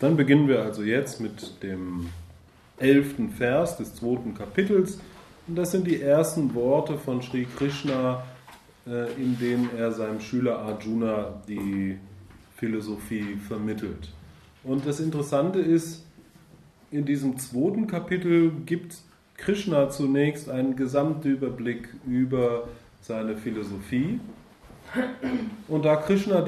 Dann beginnen wir also jetzt mit dem 11. Vers des 2. Kapitels. Und das sind die ersten Worte von Sri Krishna, in denen er seinem Schüler Arjuna die Philosophie vermittelt. Und das Interessante ist, in diesem 2. Kapitel gibt Krishna zunächst einen Gesamtüberblick über seine Philosophie. Und da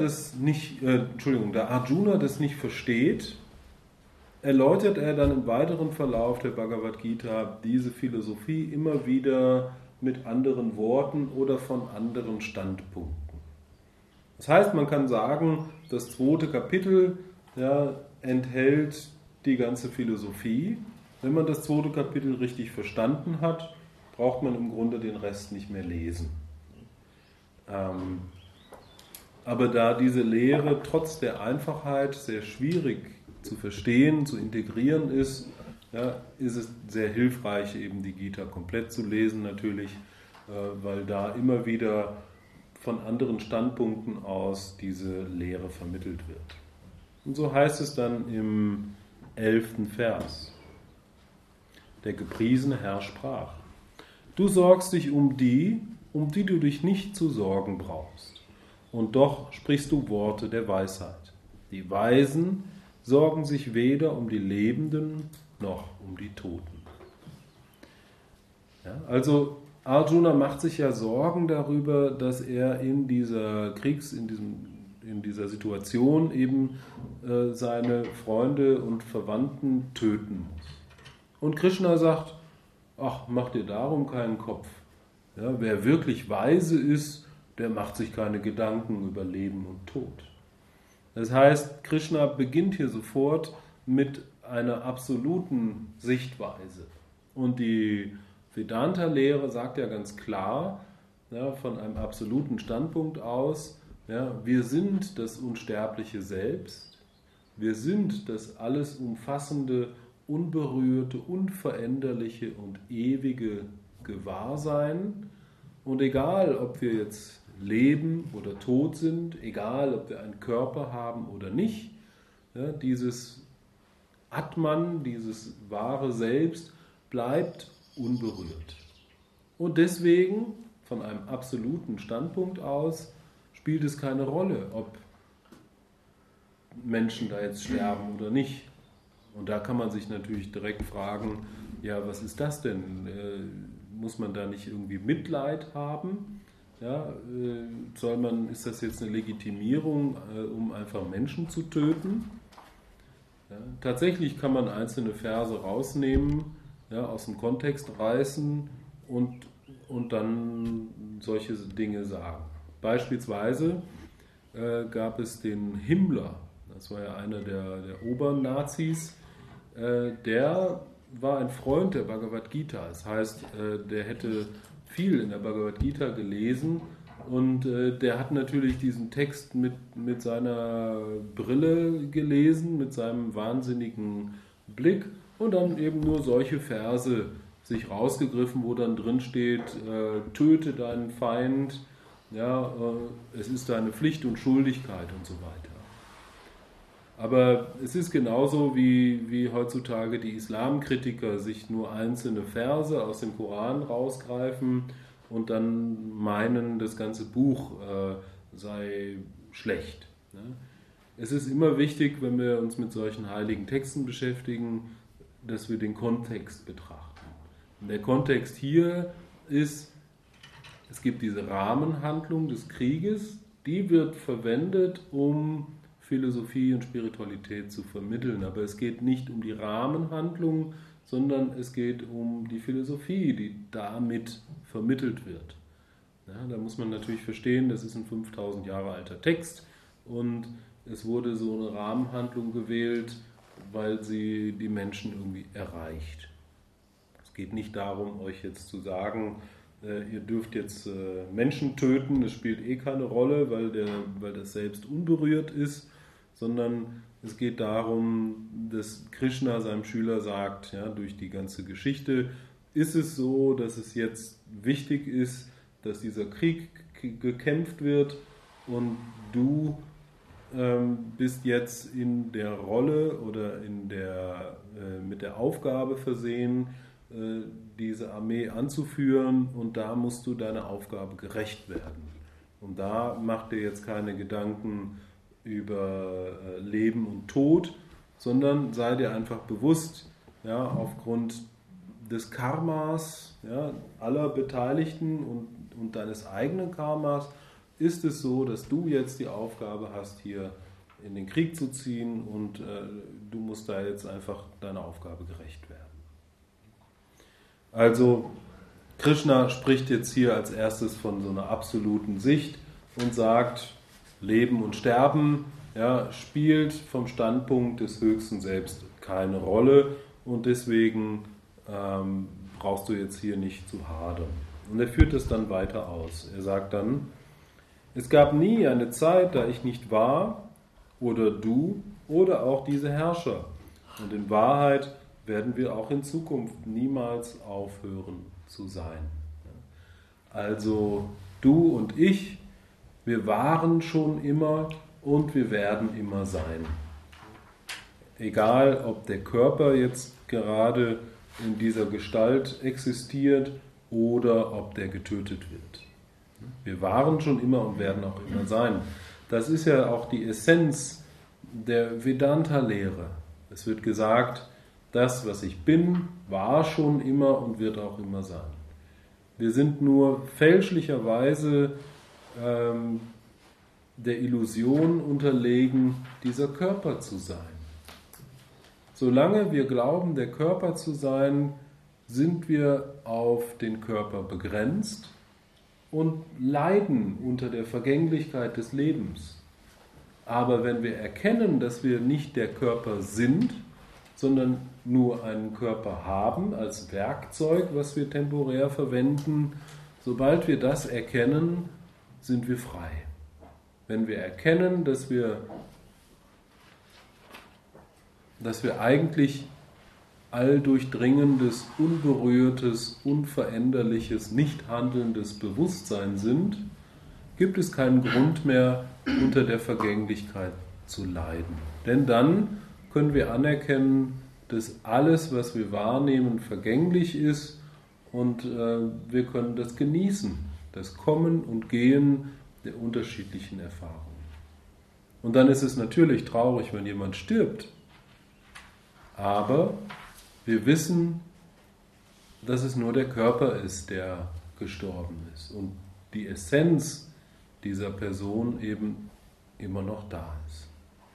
da Arjuna das nicht versteht, erläutert er dann im weiteren Verlauf der Bhagavad Gita diese Philosophie immer wieder mit anderen Worten oder von anderen Standpunkten. Das heißt, man kann sagen, das 2. Kapitel enthält die ganze Philosophie. Wenn man das 2. Kapitel richtig verstanden hat, braucht man im Grunde den Rest nicht mehr lesen. Aber da diese Lehre trotz der Einfachheit sehr schwierig zu verstehen, zu integrieren ist, ist es sehr hilfreich, eben die Gita komplett zu lesen natürlich, weil da immer wieder von anderen Standpunkten aus diese Lehre vermittelt wird. Und so heißt es dann im 11. Vers. Der gepriesene Herr sprach: Du sorgst dich um die du dich nicht zu sorgen brauchst. Und doch sprichst du Worte der Weisheit. Die Weisen sorgen sich weder um die Lebenden noch um die Toten. Ja, also Arjuna macht sich ja Sorgen darüber, dass er in dieser in dieser Situation eben seine Freunde und Verwandten töten muss. Und Krishna sagt: Ach, mach dir darum keinen Kopf. Ja, wer wirklich weise ist, der macht sich keine Gedanken über Leben und Tod. Das heißt, Krishna beginnt hier sofort mit einer absoluten Sichtweise. Und die Vedanta-Lehre sagt ja ganz klar, von einem absoluten Standpunkt aus, wir sind das unsterbliche Selbst, wir sind das alles umfassende, unberührte, unveränderliche und ewige Gewahrsein. Und egal, ob wir jetzt leben oder tot sind, egal, ob wir einen Körper haben oder nicht, dieses Atman, dieses wahre Selbst, bleibt unberührt. Und deswegen, von einem absoluten Standpunkt aus, spielt es keine Rolle, ob Menschen da jetzt sterben oder nicht. Und da kann man sich natürlich direkt fragen, ja, was ist das denn? Muss man da nicht irgendwie Mitleid haben? Ja, ist das jetzt eine Legitimierung, um einfach Menschen zu töten? Ja, tatsächlich kann man einzelne Verse rausnehmen, aus dem Kontext reißen und dann solche Dinge sagen. Beispielsweise gab es den Himmler, das war ja einer der Obernazis, der war ein Freund der Bhagavad Gita. Das heißt, der hätte viel in der Bhagavad Gita gelesen und der hat natürlich diesen Text mit seiner Brille gelesen, mit seinem wahnsinnigen Blick und dann eben nur solche Verse sich rausgegriffen, wo dann drin steht, töte deinen Feind, es ist deine Pflicht und Schuldigkeit und so weiter. Aber es ist genauso wie heutzutage die Islamkritiker sich nur einzelne Verse aus dem Koran rausgreifen und dann meinen, das ganze Buch sei schlecht. Es ist immer wichtig, wenn wir uns mit solchen heiligen Texten beschäftigen, dass wir den Kontext betrachten. Und der Kontext hier ist, es gibt diese Rahmenhandlung des Krieges, die wird verwendet, um Philosophie und Spiritualität zu vermitteln. Aber es geht nicht um die Rahmenhandlung, sondern es geht um die Philosophie, die damit vermittelt wird. Ja, da muss man natürlich verstehen, das ist ein 5000 Jahre alter Text und es wurde so eine Rahmenhandlung gewählt, weil sie die Menschen irgendwie erreicht. Es geht nicht darum, euch jetzt zu sagen, ihr dürft jetzt Menschen töten, das spielt eh keine Rolle, weil das Selbst unberührt ist, sondern es geht darum, dass Krishna seinem Schüler sagt, durch die ganze Geschichte ist es so, dass es jetzt wichtig ist, dass dieser Krieg gekämpft wird und du bist jetzt in der Rolle oder mit der Aufgabe versehen, diese Armee anzuführen, und da musst du deiner Aufgabe gerecht werden. Und da mach dir jetzt keine Gedanken über Leben und Tod, sondern sei dir einfach bewusst, ja, aufgrund des Karmas, ja, aller Beteiligten und deines eigenen Karmas ist es so, dass du jetzt die Aufgabe hast, hier in den Krieg zu ziehen, und du musst da jetzt einfach deiner Aufgabe gerecht werden. Also Krishna spricht jetzt hier als erstes von so einer absoluten Sicht und sagt, Leben und Sterben, ja, spielt vom Standpunkt des höchsten Selbst keine Rolle, und deswegen brauchst du jetzt hier nicht zu hadern. Und er führt es dann weiter aus. Er sagt dann, es gab nie eine Zeit, da ich nicht war, oder du, oder auch diese Herrscher. Und in Wahrheit werden wir auch in Zukunft niemals aufhören zu sein. Also du und ich, wir waren schon immer und wir werden immer sein. Egal, ob der Körper jetzt gerade in dieser Gestalt existiert oder ob der getötet wird. Wir waren schon immer und werden auch immer sein. Das ist ja auch die Essenz der Vedanta-Lehre. Es wird gesagt, das, was ich bin, war schon immer und wird auch immer sein. Wir sind nur fälschlicherweise der Illusion unterlegen, dieser Körper zu sein. Solange wir glauben, der Körper zu sein, sind wir auf den Körper begrenzt und leiden unter der Vergänglichkeit des Lebens. Aber wenn wir erkennen, dass wir nicht der Körper sind, sondern nur einen Körper haben als Werkzeug, was wir temporär verwenden, sobald wir das erkennen, sind wir frei. Wenn wir erkennen, dass wir eigentlich alldurchdringendes, unberührtes, unveränderliches, nicht handelndes Bewusstsein sind, gibt es keinen Grund mehr, unter der Vergänglichkeit zu leiden. Denn dann können wir anerkennen, dass alles, was wir wahrnehmen, vergänglich ist, und wir können das genießen, das Kommen und Gehen der unterschiedlichen Erfahrungen. Und dann ist es natürlich traurig, wenn jemand stirbt, aber wir wissen, dass es nur der Körper ist, der gestorben ist, und die Essenz dieser Person eben immer noch da ist.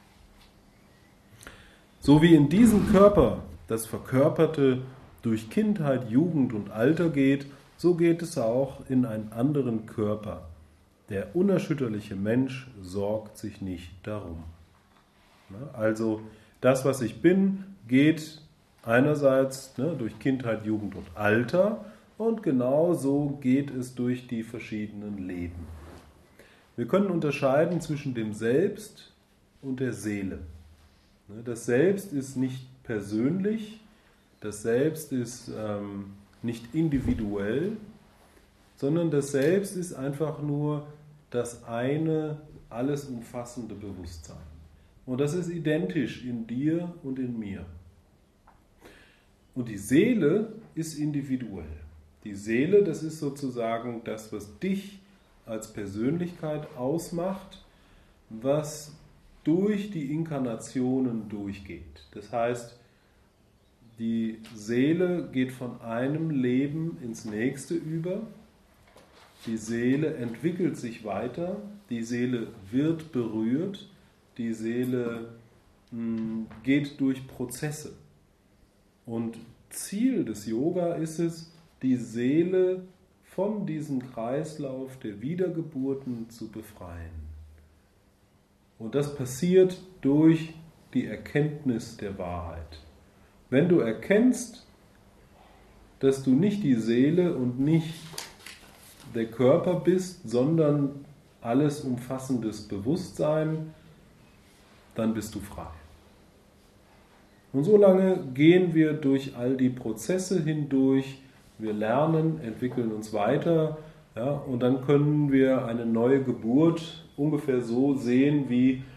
So wie in diesem Körper das Verkörperte durch Kindheit, Jugend und Alter geht, so geht es auch in einen anderen Körper. Der unerschütterliche Mensch sorgt sich nicht darum. Also das, was ich bin, geht einerseits durch Kindheit, Jugend und Alter, und genauso geht es durch die verschiedenen Leben. Wir können unterscheiden zwischen dem Selbst und der Seele. Das Selbst ist nicht persönlich, das Selbst ist nicht individuell, sondern das Selbst ist einfach nur das eine, alles umfassende Bewusstsein. Und das ist identisch in dir und in mir. Und die Seele ist individuell. Die Seele, das ist sozusagen das, was dich als Persönlichkeit ausmacht, was durch die Inkarnationen durchgeht. Das heißt, die Seele geht von einem Leben ins nächste über. Die Seele entwickelt sich weiter. Die Seele wird berührt. Die Seele geht durch Prozesse. Und Ziel des Yoga ist es, die Seele von diesem Kreislauf der Wiedergeburten zu befreien. Und das passiert durch die Erkenntnis der Wahrheit. Wenn du erkennst, dass du nicht die Seele und nicht der Körper bist, sondern alles umfassendes Bewusstsein, dann bist du frei. Und so lange gehen wir durch all die Prozesse hindurch, wir lernen, entwickeln uns weiter, ja, und dann können wir eine neue Geburt ungefähr so sehen wie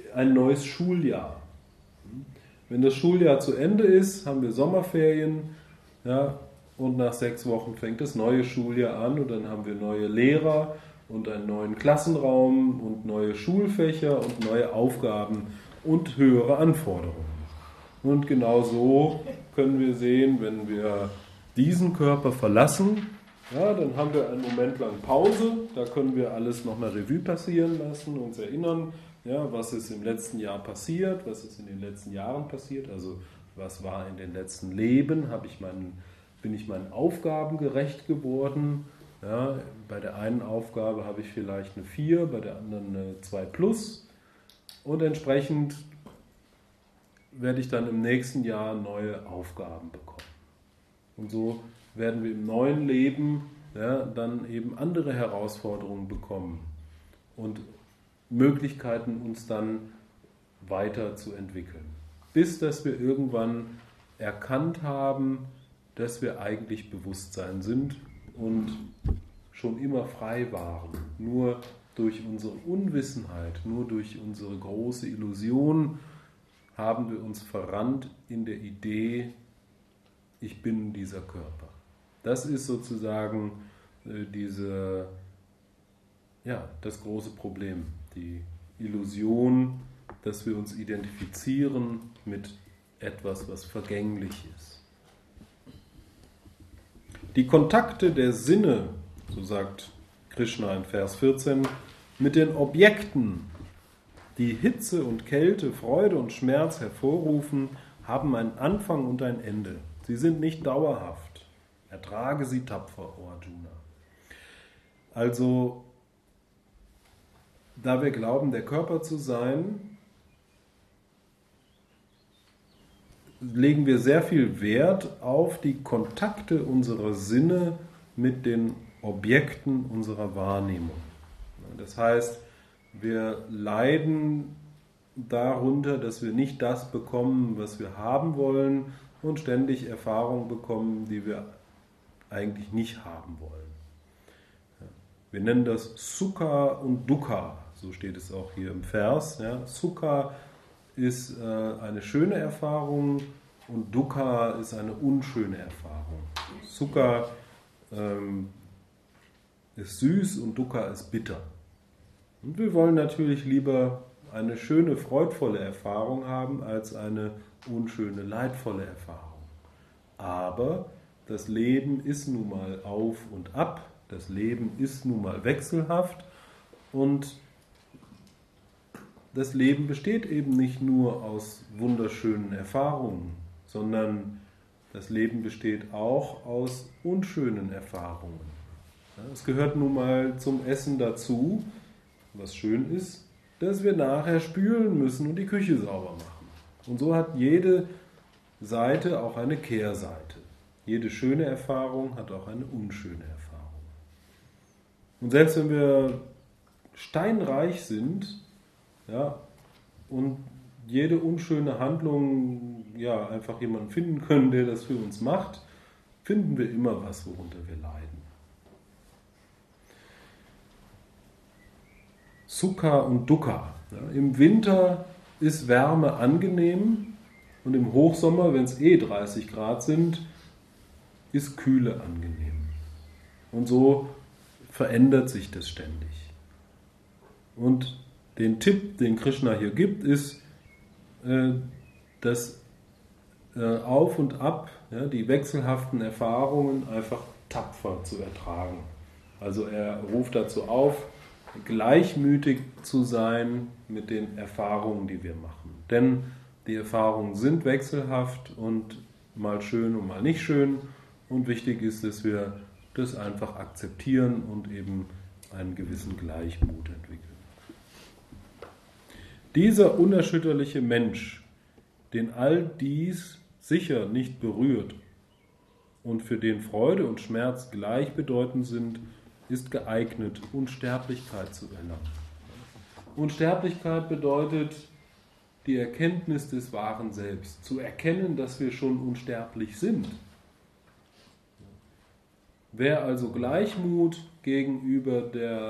ein neues Schuljahr. Wenn das Schuljahr zu Ende ist, haben wir Sommerferien, ja, und nach 6 Wochen fängt das neue Schuljahr an und dann haben wir neue Lehrer und einen neuen Klassenraum und neue Schulfächer und neue Aufgaben und höhere Anforderungen. Und genau so können wir sehen, wenn wir diesen Körper verlassen, ja, dann haben wir einen Moment lang Pause, da können wir alles nochmal Revue passieren lassen, uns erinnern, ja, was ist im letzten Jahr passiert, was ist in den letzten Jahren passiert, also was war in den letzten Leben, bin ich meinen Aufgaben gerecht geworden. Ja, bei der einen Aufgabe habe ich vielleicht eine 4, bei der anderen eine 2+. Und entsprechend werde ich dann im nächsten Jahr neue Aufgaben bekommen. Und so werden wir im neuen Leben, ja, dann eben andere Herausforderungen bekommen und Möglichkeiten, uns dann weiterzuentwickeln. Bis dass wir irgendwann erkannt haben, dass wir eigentlich Bewusstsein sind und schon immer frei waren. Nur durch unsere Unwissenheit, nur durch unsere große Illusion haben wir uns verrannt in der Idee, ich bin dieser Körper. Das ist sozusagen das große Problem, die Illusion, dass wir uns identifizieren mit etwas, was vergänglich ist. Die Kontakte der Sinne, so sagt Krishna in Vers 14, mit den Objekten, die Hitze und Kälte, Freude und Schmerz hervorrufen, haben einen Anfang und ein Ende. Sie sind nicht dauerhaft. Ertrage sie tapfer, o Arjuna. Also, da wir glauben, der Körper zu sein, legen wir sehr viel Wert auf die Kontakte unserer Sinne mit den Objekten unserer Wahrnehmung. Das heißt, wir leiden darunter, dass wir nicht das bekommen, was wir haben wollen und ständig Erfahrungen bekommen, die wir eigentlich nicht haben wollen. Wir nennen das Sukha und Dukkha, so steht es auch hier im Vers. Sukha ist eine schöne Erfahrung und Dukkha ist eine unschöne Erfahrung. Sukha ist süß und Dukkha ist bitter. Und wir wollen natürlich lieber eine schöne, freudvolle Erfahrung haben als eine unschöne, leidvolle Erfahrung. Aber das Leben ist nun mal auf und ab, das Leben ist nun mal wechselhaft und das Leben besteht eben nicht nur aus wunderschönen Erfahrungen, sondern das Leben besteht auch aus unschönen Erfahrungen. Es gehört nun mal zum Essen dazu, was schön ist, dass wir nachher spülen müssen und die Küche sauber machen. Und so hat jede Seite auch eine Kehrseite. Jede schöne Erfahrung hat auch eine unschöne Erfahrung. Und selbst wenn wir steinreich sind, ja, und jede unschöne Handlung, ja, einfach jemanden finden können, der das für uns macht, finden wir immer was, worunter wir leiden. Sukha und Dukkha. Ja, im Winter ist Wärme angenehm und im Hochsommer, wenn es 30 Grad sind, ist Kühle angenehm. Und so verändert sich das ständig. Und den Tipp, den Krishna hier gibt, ist, das Auf und Ab, ja, die wechselhaften Erfahrungen einfach tapfer zu ertragen. Also er ruft dazu auf, gleichmütig zu sein mit den Erfahrungen, die wir machen. Denn die Erfahrungen sind wechselhaft und mal schön und mal nicht schön. Und wichtig ist, dass wir das einfach akzeptieren und eben einen gewissen Gleichmut entwickeln. Dieser unerschütterliche Mensch, den all dies sicher nicht berührt und für den Freude und Schmerz gleichbedeutend sind, ist geeignet, Unsterblichkeit zu erlangen. Unsterblichkeit bedeutet die Erkenntnis des wahren Selbst, zu erkennen, dass wir schon unsterblich sind. Wer also Gleichmut gegenüber der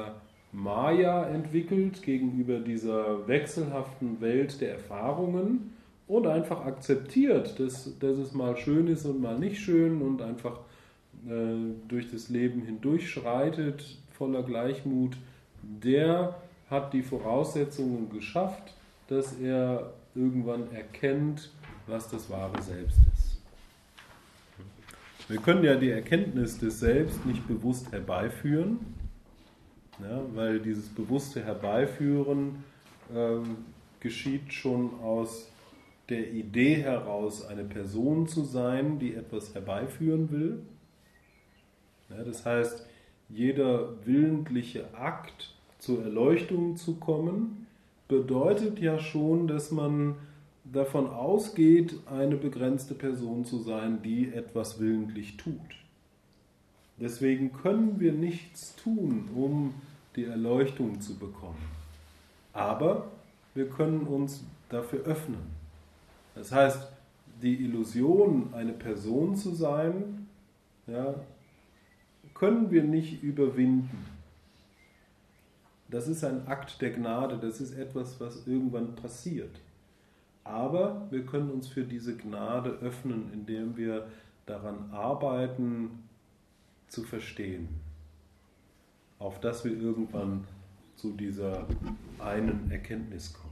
Maya entwickelt gegenüber dieser wechselhaften Welt der Erfahrungen und einfach akzeptiert, dass es mal schön ist und mal nicht schön und einfach durch das Leben hindurch schreitet, voller Gleichmut, der hat die Voraussetzungen geschafft, dass er irgendwann erkennt, was das wahre Selbst ist. Wir können ja die Erkenntnis des Selbst nicht bewusst herbeiführen, ja, weil dieses bewusste Herbeiführen geschieht schon aus der Idee heraus, eine Person zu sein, die etwas herbeiführen will. Ja, das heißt, jeder willentliche Akt, zur Erleuchtung zu kommen, bedeutet ja schon, dass man davon ausgeht, eine begrenzte Person zu sein, die etwas willentlich tut. Deswegen können wir nichts tun, um die Erleuchtung zu bekommen. Aber wir können uns dafür öffnen. Das heißt, die Illusion, eine Person zu sein, ja, können wir nicht überwinden. Das ist ein Akt der Gnade, das ist etwas, was irgendwann passiert. Aber wir können uns für diese Gnade öffnen, indem wir daran arbeiten, zu verstehen. Auf dass wir irgendwann zu dieser einen Erkenntnis kommen.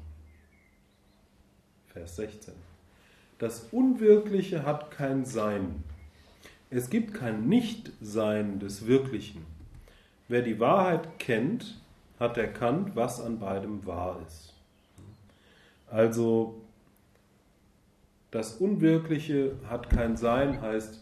Vers 16. Das Unwirkliche hat kein Sein. Es gibt kein Nichtsein des Wirklichen. Wer die Wahrheit kennt, hat erkannt, was an beidem wahr ist. Also, das Unwirkliche hat kein Sein, heißt,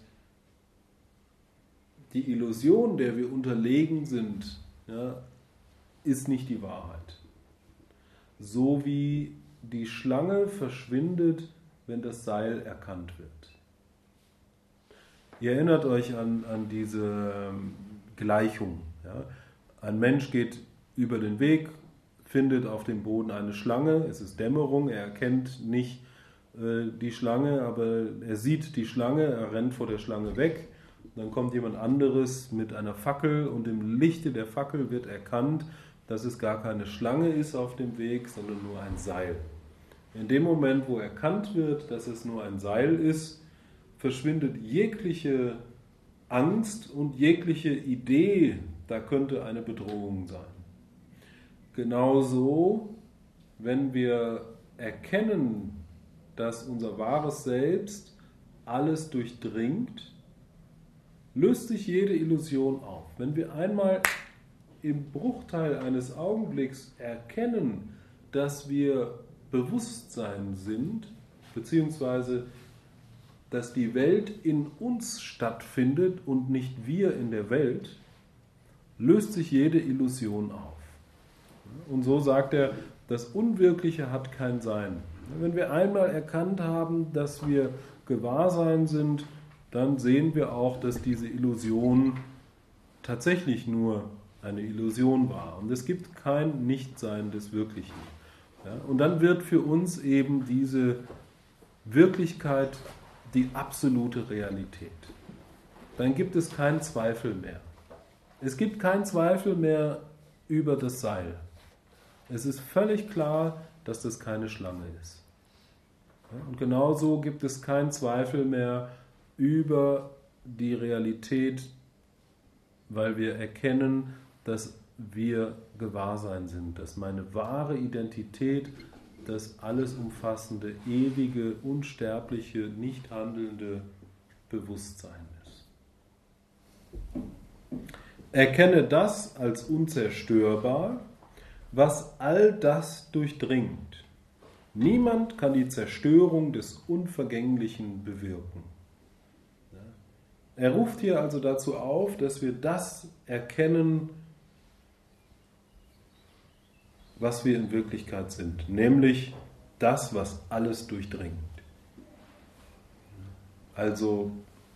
die Illusion, der wir unterlegen sind, ja, ist nicht die Wahrheit. So wie die Schlange verschwindet, wenn das Seil erkannt wird. Ihr erinnert euch an diese Gleichung. Ja? Ein Mensch geht über den Weg, findet auf dem Boden eine Schlange, es ist Dämmerung, er erkennt nicht die Schlange, aber er sieht die Schlange, er rennt vor der Schlange weg, dann kommt jemand anderes mit einer Fackel und im Lichte der Fackel wird erkannt, dass es gar keine Schlange ist auf dem Weg, sondern nur ein Seil. In dem Moment, wo erkannt wird, dass es nur ein Seil ist, verschwindet jegliche Angst und jegliche Idee, da könnte eine Bedrohung sein. Genauso, wenn wir erkennen, dass unser wahres Selbst alles durchdringt, löst sich jede Illusion auf. Wenn wir einmal im Bruchteil eines Augenblicks erkennen, dass wir Bewusstsein sind, beziehungsweise dass die Welt in uns stattfindet und nicht wir in der Welt, löst sich jede Illusion auf. Und so sagt er, das Unwirkliche hat kein Sein. Wenn wir einmal erkannt haben, dass wir Gewahrsein sind, dann sehen wir auch, dass diese Illusion tatsächlich nur eine Illusion war. Und es gibt kein Nichtsein des Wirklichen. Ja, und dann wird für uns eben diese Wirklichkeit die absolute Realität. Dann gibt es keinen Zweifel mehr. Es gibt keinen Zweifel mehr über das Seil. Es ist völlig klar, dass das keine Schlange ist. Ja, und genauso gibt es keinen Zweifel mehr über die Realität, weil wir erkennen, dass wir Gewahrsein sind, dass meine wahre Identität das alles umfassende, ewige, unsterbliche, nicht handelnde Bewusstsein ist. Erkenne das als unzerstörbar, was all das durchdringt. Niemand kann die Zerstörung des Unvergänglichen bewirken. Er ruft hier also dazu auf, dass wir das erkennen, was wir in Wirklichkeit sind, nämlich das, was alles durchdringt. Also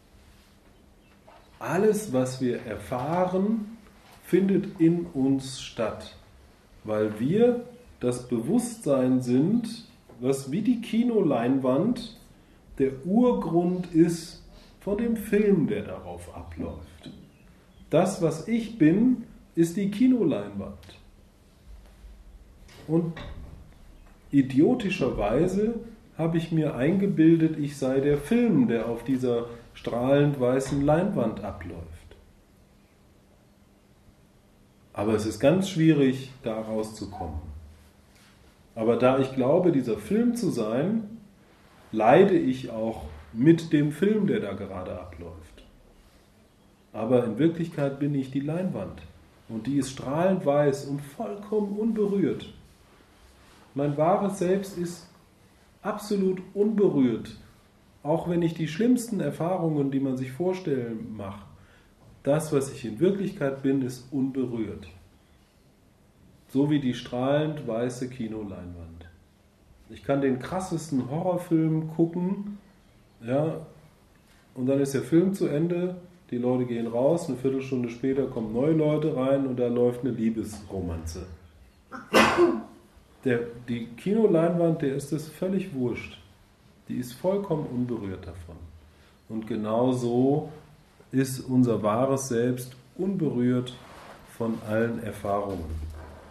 alles, was wir erfahren, findet in uns statt, weil wir das Bewusstsein sind, was wie die Kinoleinwand der Urgrund ist von dem Film, der darauf abläuft. Das, was ich bin, ist die Kinoleinwand. Und idiotischerweise habe ich mir eingebildet, ich sei der Film, der auf dieser strahlend weißen Leinwand abläuft. Aber es ist ganz schwierig, da rauszukommen. Aber da ich glaube, dieser Film zu sein, leide ich auch mit dem Film, der da gerade abläuft. Aber in Wirklichkeit bin ich die Leinwand. Und die ist strahlend weiß und vollkommen unberührt. Mein wahres Selbst ist absolut unberührt. Auch wenn ich die schlimmsten Erfahrungen, die man sich vorstellen mache, das, was ich in Wirklichkeit bin, ist unberührt. So wie die strahlend weiße Kinoleinwand. Ich kann den krassesten Horrorfilm gucken, ja, und dann ist der Film zu Ende, die Leute gehen raus, eine Viertelstunde später kommen neue Leute rein und da läuft eine Liebesromanze. Die Kinoleinwand, der ist das völlig wurscht. Die ist vollkommen unberührt davon. Und genau so ist unser wahres Selbst unberührt von allen Erfahrungen.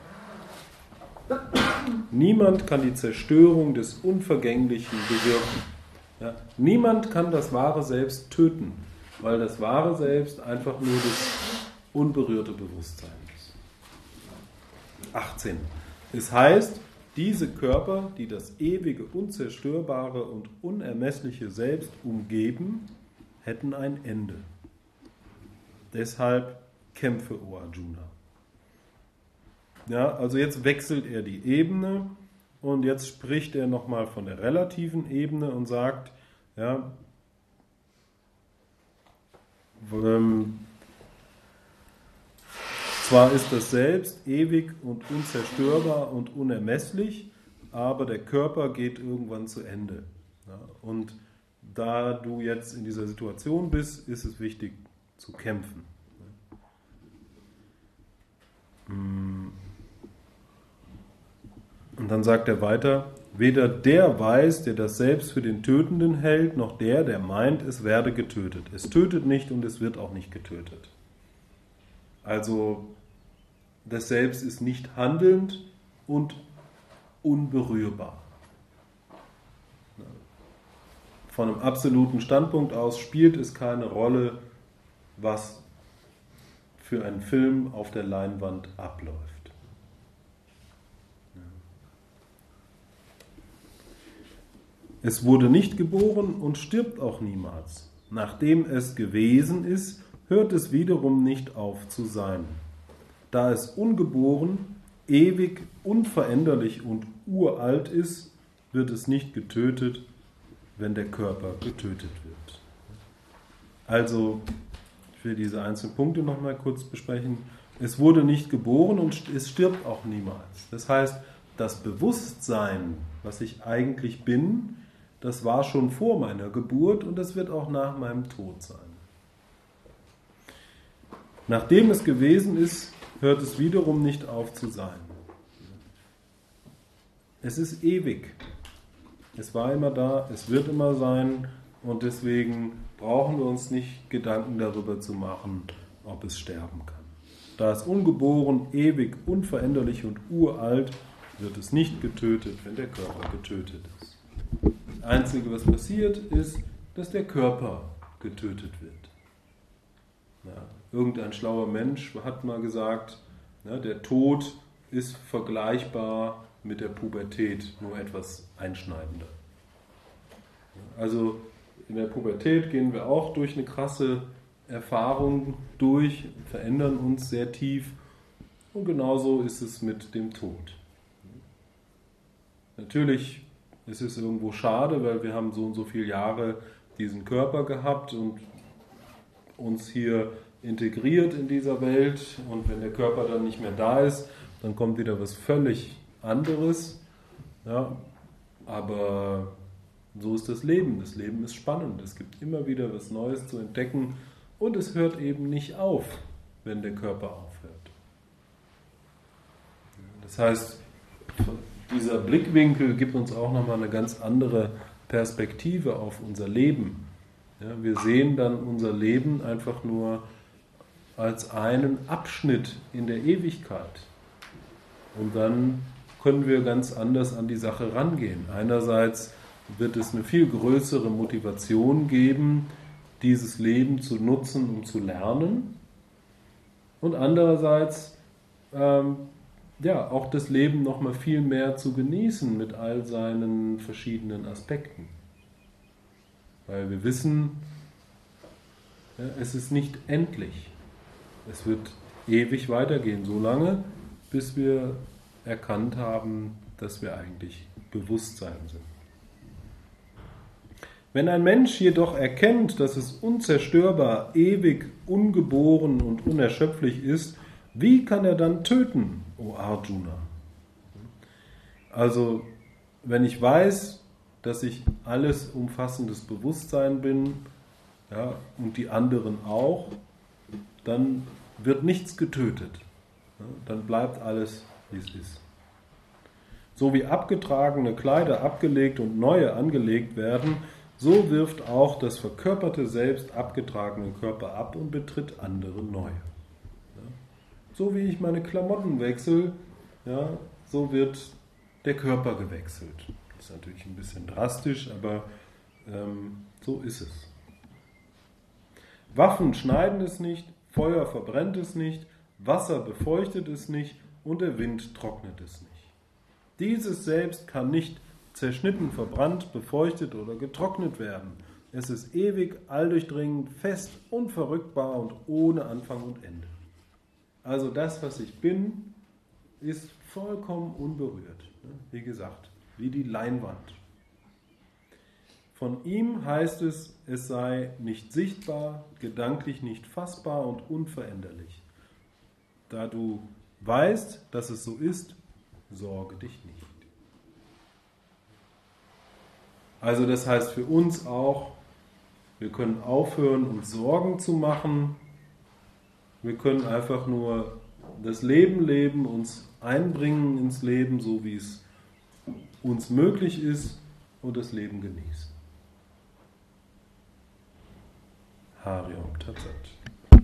Niemand kann die Zerstörung des Unvergänglichen bewirken. Ja, niemand kann das wahre Selbst töten, weil das wahre Selbst einfach nur das unberührte Bewusstsein ist. 18. Es heißt, diese Körper, die das ewige, unzerstörbare und unermessliche Selbst umgeben, hätten ein Ende. Deshalb kämpfe, o Arjuna. Ja, also jetzt wechselt er die Ebene und jetzt spricht er nochmal von der relativen Ebene und sagt, ja, zwar ist das Selbst ewig und unzerstörbar und unermesslich, aber der Körper geht irgendwann zu Ende. Ja, und da du jetzt in dieser Situation bist, ist es wichtig zu kämpfen. Und dann sagt er weiter, weder der weiß, der das Selbst für den Tötenden hält, noch der, der meint, es werde getötet. Es tötet nicht und es wird auch nicht getötet. Also das Selbst ist nicht handelnd und unberührbar. Von einem absoluten Standpunkt aus spielt es keine Rolle, was für einen Film auf der Leinwand abläuft. Es wurde nicht geboren und stirbt auch niemals. Nachdem es gewesen ist, hört es wiederum nicht auf zu sein. Da es ungeboren, ewig, unveränderlich und uralt ist, wird es nicht getötet, wenn der Körper getötet wird. Also, ich will diese einzelnen Punkte nochmal kurz besprechen. Es wurde nicht geboren und es stirbt auch niemals. Das heißt, das Bewusstsein, was ich eigentlich bin, das war schon vor meiner Geburt und das wird auch nach meinem Tod sein. Nachdem es gewesen ist, hört es wiederum nicht auf zu sein. Es ist ewig. Es war immer da, es wird immer sein und deswegen brauchen wir uns nicht Gedanken darüber zu machen, ob es sterben kann. Da es ungeboren, ewig, unveränderlich und uralt, wird es nicht getötet, wenn der Körper getötet ist. Das Einzige, was passiert, ist, dass der Körper getötet wird. Ja, irgendein schlauer Mensch hat mal gesagt, ja, der Tod ist vergleichbar mit der Pubertät, nur etwas einschneidender. Also in der Pubertät gehen wir auch durch eine krasse Erfahrung durch, verändern uns sehr tief und genauso ist es mit dem Tod. Natürlich ist es irgendwo schade, weil wir haben so und so viele Jahre diesen Körper gehabt und uns hier integriert in dieser Welt und wenn der Körper dann nicht mehr da ist, dann kommt wieder was völlig anderes. Ja, aber so ist das Leben. Das Leben ist spannend. Es gibt immer wieder was Neues zu entdecken und es hört eben nicht auf, wenn der Körper aufhört. Das heißt, dieser Blickwinkel gibt uns auch nochmal eine ganz andere Perspektive auf unser Leben. Ja, wir sehen dann unser Leben einfach nur als einen Abschnitt in der Ewigkeit. Und dann können wir ganz anders an die Sache rangehen. Einerseits wird es eine viel größere Motivation geben, dieses Leben zu nutzen und zu lernen. Und andererseits auch das Leben noch mal viel mehr zu genießen mit all seinen verschiedenen Aspekten. Weil wir wissen, es ist nicht endlich. Es wird ewig weitergehen, solange bis wir erkannt haben, dass wir eigentlich Bewusstsein sind. Wenn ein Mensch jedoch erkennt, dass es unzerstörbar, ewig, ungeboren und unerschöpflich ist, wie kann er dann töten, o Arjuna? Also, wenn ich weiß, dass ich alles umfassendes Bewusstsein bin, und die anderen auch, dann wird nichts getötet. Dann bleibt alles, wie es ist. So wie abgetragene Kleider abgelegt und neue angelegt werden, so wirft auch das verkörperte Selbst abgetragenen Körper ab und betritt andere neue. So wie ich meine Klamotten wechsle, so wird der Körper gewechselt. Das ist natürlich ein bisschen drastisch, aber so ist es. Waffen schneiden es nicht, Feuer verbrennt es nicht, Wasser befeuchtet es nicht und der Wind trocknet es nicht. Dieses Selbst kann nicht zerschnitten, verbrannt, befeuchtet oder getrocknet werden. Es ist ewig, alldurchdringend, fest, unverrückbar und ohne Anfang und Ende. Also das, was ich bin, ist vollkommen unberührt. Wie gesagt, wie die Leinwand. Von ihm heißt es, es sei nicht sichtbar, gedanklich nicht fassbar und unveränderlich. Da du weißt, dass es so ist, sorge dich nicht. Also das heißt für uns auch, wir können aufhören, uns Sorgen zu machen. Wir können einfach nur das Leben leben, uns einbringen ins Leben, so wie es uns möglich ist, und das Leben genießen. Hari Om Tat Sat.